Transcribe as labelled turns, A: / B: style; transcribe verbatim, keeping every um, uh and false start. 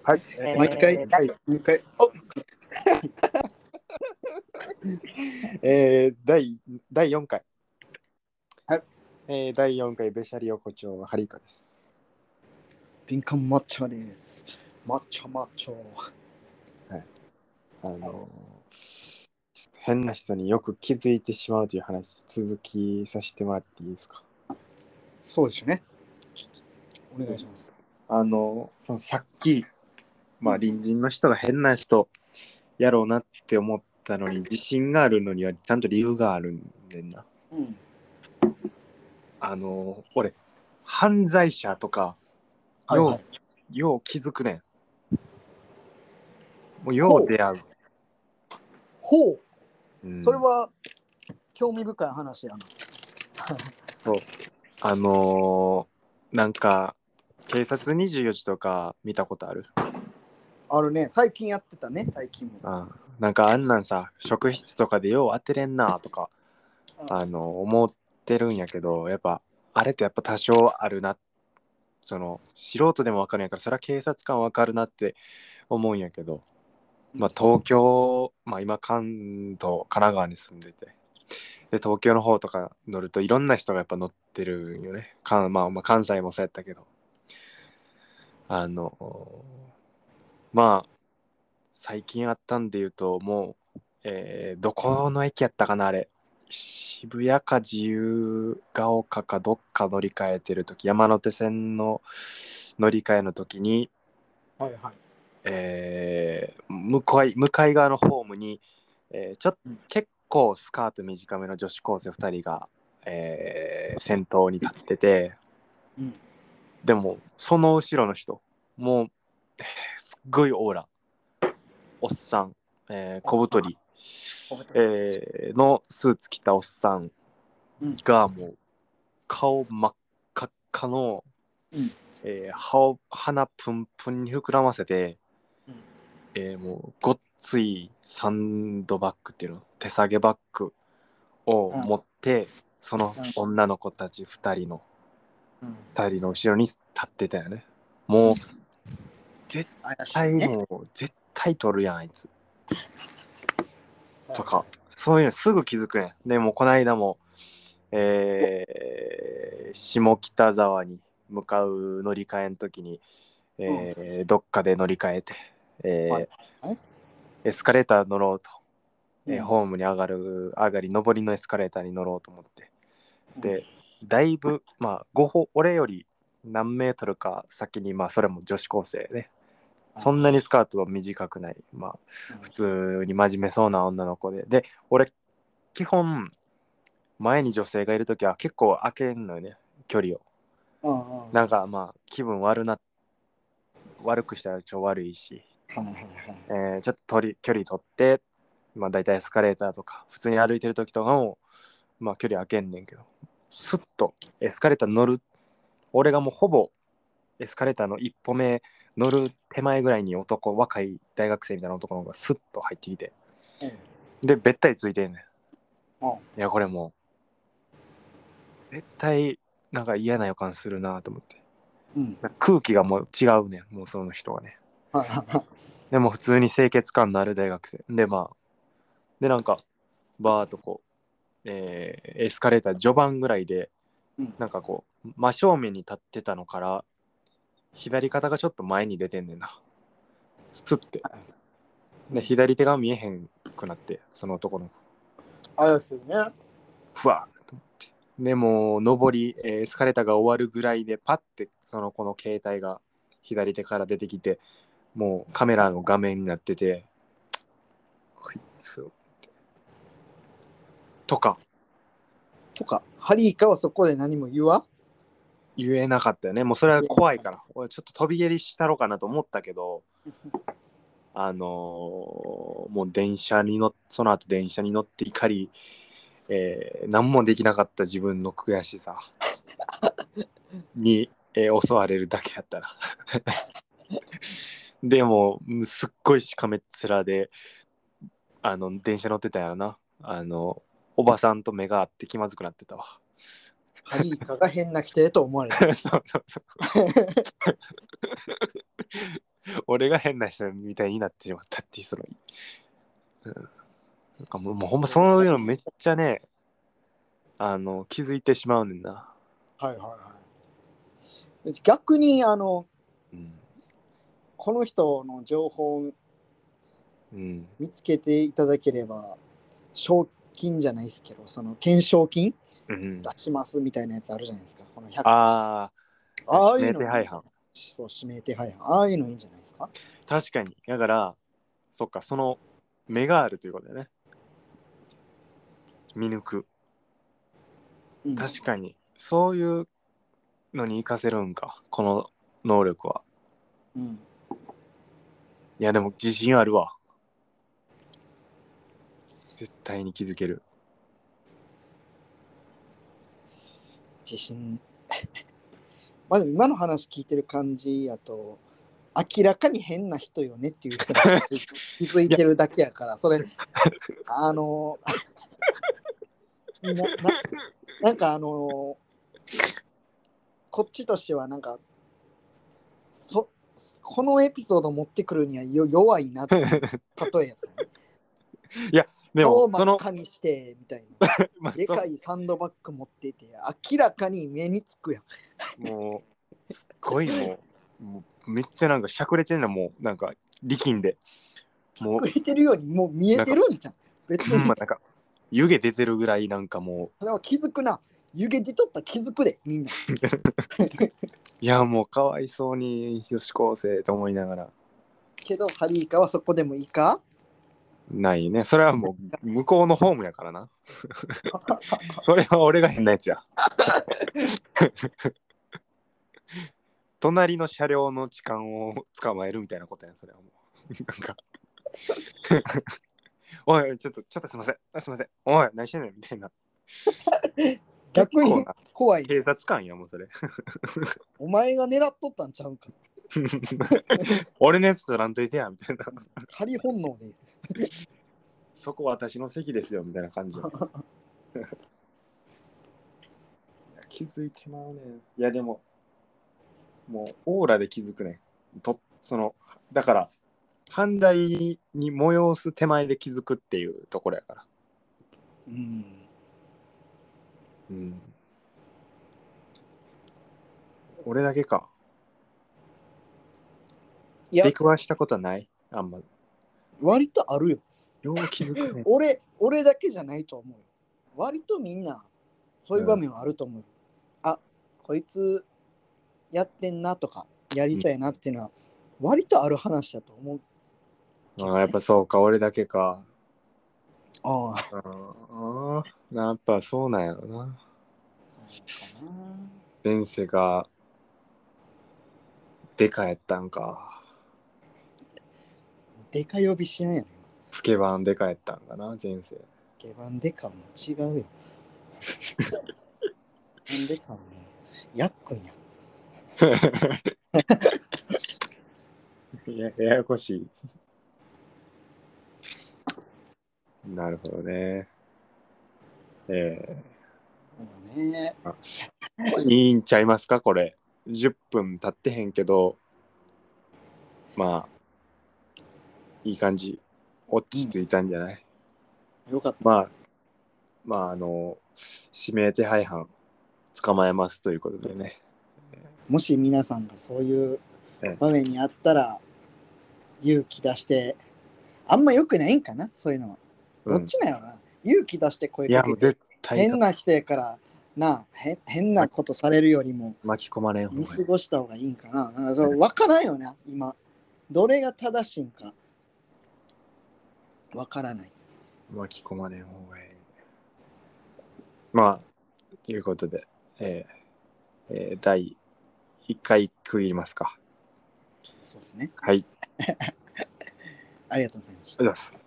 A: はい。
B: えー、もう一回、はい、もう一回。お
A: えー、第、第よんかい。
B: はい。
A: えー、だいよんかい、ベシャリ横丁、ハリカです。
B: 敏感マッチョです。マッチョマッチョ。
A: はい。あのー、ちょっと変な人によく気づいてしまうという話、続きさせてもらっていいですか。
B: そうですね。ちょっとお願いします。
A: あのー、そのさっき、まあ、隣人の人が変な人やろうなって思ったのに、自信があるのにはちゃんと理由があるんでんな。
B: うん。
A: あのー、俺、犯罪者とか、よう、
B: はいはい。
A: よう気づくねん。もうよう出会う。
B: ほう。
A: うん、
B: それは興味深い話やな。
A: そうあのー、なんか警察にじゅうよじとか見たことある？
B: あるね。最近やってたね。最近も。
A: あなんかあんなんさ、職質とかでよう当てれんなとか、あの思ってるんやけど、やっぱあれってやっぱ多少あるな。その素人でも分かるんやから、それは警察官分かるなって思うんやけど、まあ東京、まあ今関東神奈川に住んでて、で東京の方とか乗るといろんな人がやっぱ乗ってるんよね。かまあ、まあ関西もそうやったけど、あのまあ最近あったんで言うと、もう、えーどこの駅やったかなあれ、渋谷か自由が丘かどっか乗り換えてる時、山手線の乗り換えの時に、
B: はいはい。
A: えー向かい向かい側のホームに、えーちょっと、
B: うん
A: 結構スカート短めの女子高生ふたりが、えー先頭に立ってて、
B: うん。
A: でもその後ろの人もう、えーすっごいオーラ、おっさん、えー小太り、えーのスーツ着たおっさんがもう顔真っ赤っかの、
B: うん
A: えー歯を鼻プンプンに膨らませて、
B: うん
A: えーもうごっついサンドバッグっていうの、手提げバッグを持って、その女の子たちふたりの
B: うん。
A: ふたりの後ろに立ってたよね。もう絶
B: 怪しい
A: 対
B: ね。
A: もう絶対取るやんあいつとか、
B: はいはい。
A: そういうのすぐ気づくねん。でもこの間も、えー下北沢に向かう乗り換えの時に、えーどっかで乗り換えて、えー
B: はいはい
A: エスカレーター乗ろうと、えー
B: うん
A: ホームに上がる上がり上りのエスカレーターに乗ろうと思って、
B: うん
A: でだいぶまあご歩、俺より何メートルか先に、まあそれも女子高生ね、そんなにスカートは短くない、まあ普通に真面目そうな女の子で、で俺基本前に女性がいるときは結構開けんのよね、距離を。
B: うんうん。
A: なんかまあ気分悪な悪くしたら超悪いし、
B: はいはいはい。
A: えーちょっと取り距離取って、まあ大体エスカレーターとか普通に歩いてるときとかもまあ距離開けんねんけど、スッとエスカレーター乗る、俺がもうほぼエスカレーターの一歩目乗る手前ぐらいに男、若い大学生みたいな男の子がスッと入ってきて、でべったりついてんねん。
B: うん
A: いやこれもう絶対なんか嫌な予感するなと思って、
B: うん
A: 空気がもう違うねん、もうその人はね。
B: はいはいはい。
A: でも普通に清潔感のある大学生で、まあでなんかバーっとこう、えーエスカレーター序盤ぐらいで
B: うん
A: なんかこう真正面に立ってたのから左肩がちょっと前に出てんねんな、スッて。で左手が見えへんくなって、その男の子
B: 怪しいね。
A: ふわーっと思って、でもう上り、えーエスカレーターが終わるぐらいでパッてその子の携帯が左手から出てきて、もうカメラの画面になってて、こいつとか
B: とか、ハリーカはそこで何も言わ
A: 言えなかったよね。もうそれは怖いから、俺ちょっと飛び蹴りしたろうかなと思ったけど、あのーもう電車に乗っその後電車に乗って怒り、えー何もできなかった自分の悔しさに、えー襲われるだけやったな。でもすっごいしかめっ面であの電車乗ってたやろな、あのおばさんと目が合って気まずくなってたわ。
B: ハリーカが変な人へと思われた。
A: そうそうそう俺が変な人みたいになってしまったっていう、その、うん、なんかもう、もうほんまそういうのめっちゃね、あの、気づいてしまうねんな。
B: はいはいはい。逆に、あの、
A: うん。
B: この人の情報を
A: うん。
B: 見つけていただければ、賞金じゃないですけど、その懸賞金
A: うん。
B: 出しますみたいなやつあるじゃないですか。このひゃく
A: ああ、
B: ああいう
A: 指名
B: のいいんじゃない
A: 手配犯。
B: そう、指名手配犯。ああいうのいいんじゃないですか。
A: 確かに。だから、そっか、その目があるということだよね。見抜く。
B: うん、
A: 確かに。そういうのに活かせるんか、この能力は。
B: うん。
A: いや、でも自信あるわ。絶対に気づける。
B: 自信。まあでも今の話聞いてる感じやと、明らかに変な人よねっていう人に気づい気づいてるだけやから、それ、あの、な、な、なんかあの、こっちとしてはなんか、そ、このエピソード持ってくるにはよ弱いなっていう例えやったね。
A: いや、で
B: 顔を真
A: もその、
B: っ赤にしてみたいな。
A: まあ、
B: でかいサンドバッグ持ってて、明らかに目につくやん。
A: もうすっごいもう、もうめっちゃなんかしゃくれてんの、もうなんか力んで、も
B: 隠れてるようにもう見えてるんじゃん。別
A: う、うん、
B: に
A: まあ、なんか湯気出てるぐらいなんかも
B: それは気づくな。湯気出とったら気づくで、みんな。
A: う、いやもうかわいそうに女子高生と思いながら、
B: けど、ハリーカはそこでもいいか。
A: ないね。それはもう向こうのホームやからな。それは俺が変なやつや。隣の車両の痴漢を捕まえるみたいなことやん、それはもう。なんかおい、ちょっと、ちょっとすいません。あすいません。おい、何してんねんみたいな。結
B: 逆に
A: 構な
B: 怖い。
A: 警察官やもん、それ。
B: お前が狙っとったんちゃうか。
A: 俺のやつとらんといてや、みたいな。
B: 仮本能で。
A: そこ私の席ですよ、みたいな感じ。気づいてまうねん。いや、でも、もう、オーラで気づくねん。と、その、だから、反対に催す手前で気づくっていうところやから。
B: うん。
A: うん。俺だけか。
B: いや
A: 出、くわしたことはないあんま。
B: 割とあるよ。
A: よう気づくね。
B: 俺、俺だけじゃないと思うよ。割とみんな、そういう場面はあると思う。あ、こいつやってんなとか、やりそうやなっていうのは、割とある話だと思うけどね。
A: ああ、やっぱそうか、俺だけか。
B: ああ、
A: ああ、やっぱそうなんやろな。
B: そうかな。
A: 前世がデカやったんか。
B: デカ呼びしやんやろ。
A: スケバンデカやったんかな、前世。
B: ゲバンデカも違うよ。ゲバンデカもやっくんや。
A: や, ややこしい。なるほどね。え
B: そうね。
A: ー、いいんちゃいますか、これ。じゅっぷん経ってへんけど、まあ、いい感じ。落ち着いたんじゃない、
B: うん、よかった。
A: まあ、まあ、あの、指名手配犯、捕まえますということでね。
B: もし皆さんがそういう場面にあったら、勇気出して、あんま良くないんかな、そういうのは。どっちなんやろな。うん、勇気出して声
A: いや、もう
B: かけて、
A: 絶対
B: 変な人やからな、へ変なことされるよりも、
A: 巻き込まれん方
B: 見
A: がいい。
B: 過ごした方がいいんかな。なんかそう分からんよな、今。どれが正しいんか分からない。
A: 巻き込まれん方がいい。まあ、ということで、えーえー、だいいっかい区切りますか。
B: そうですね。
A: はい。
B: ありがとうございました。
A: ありがとうございます。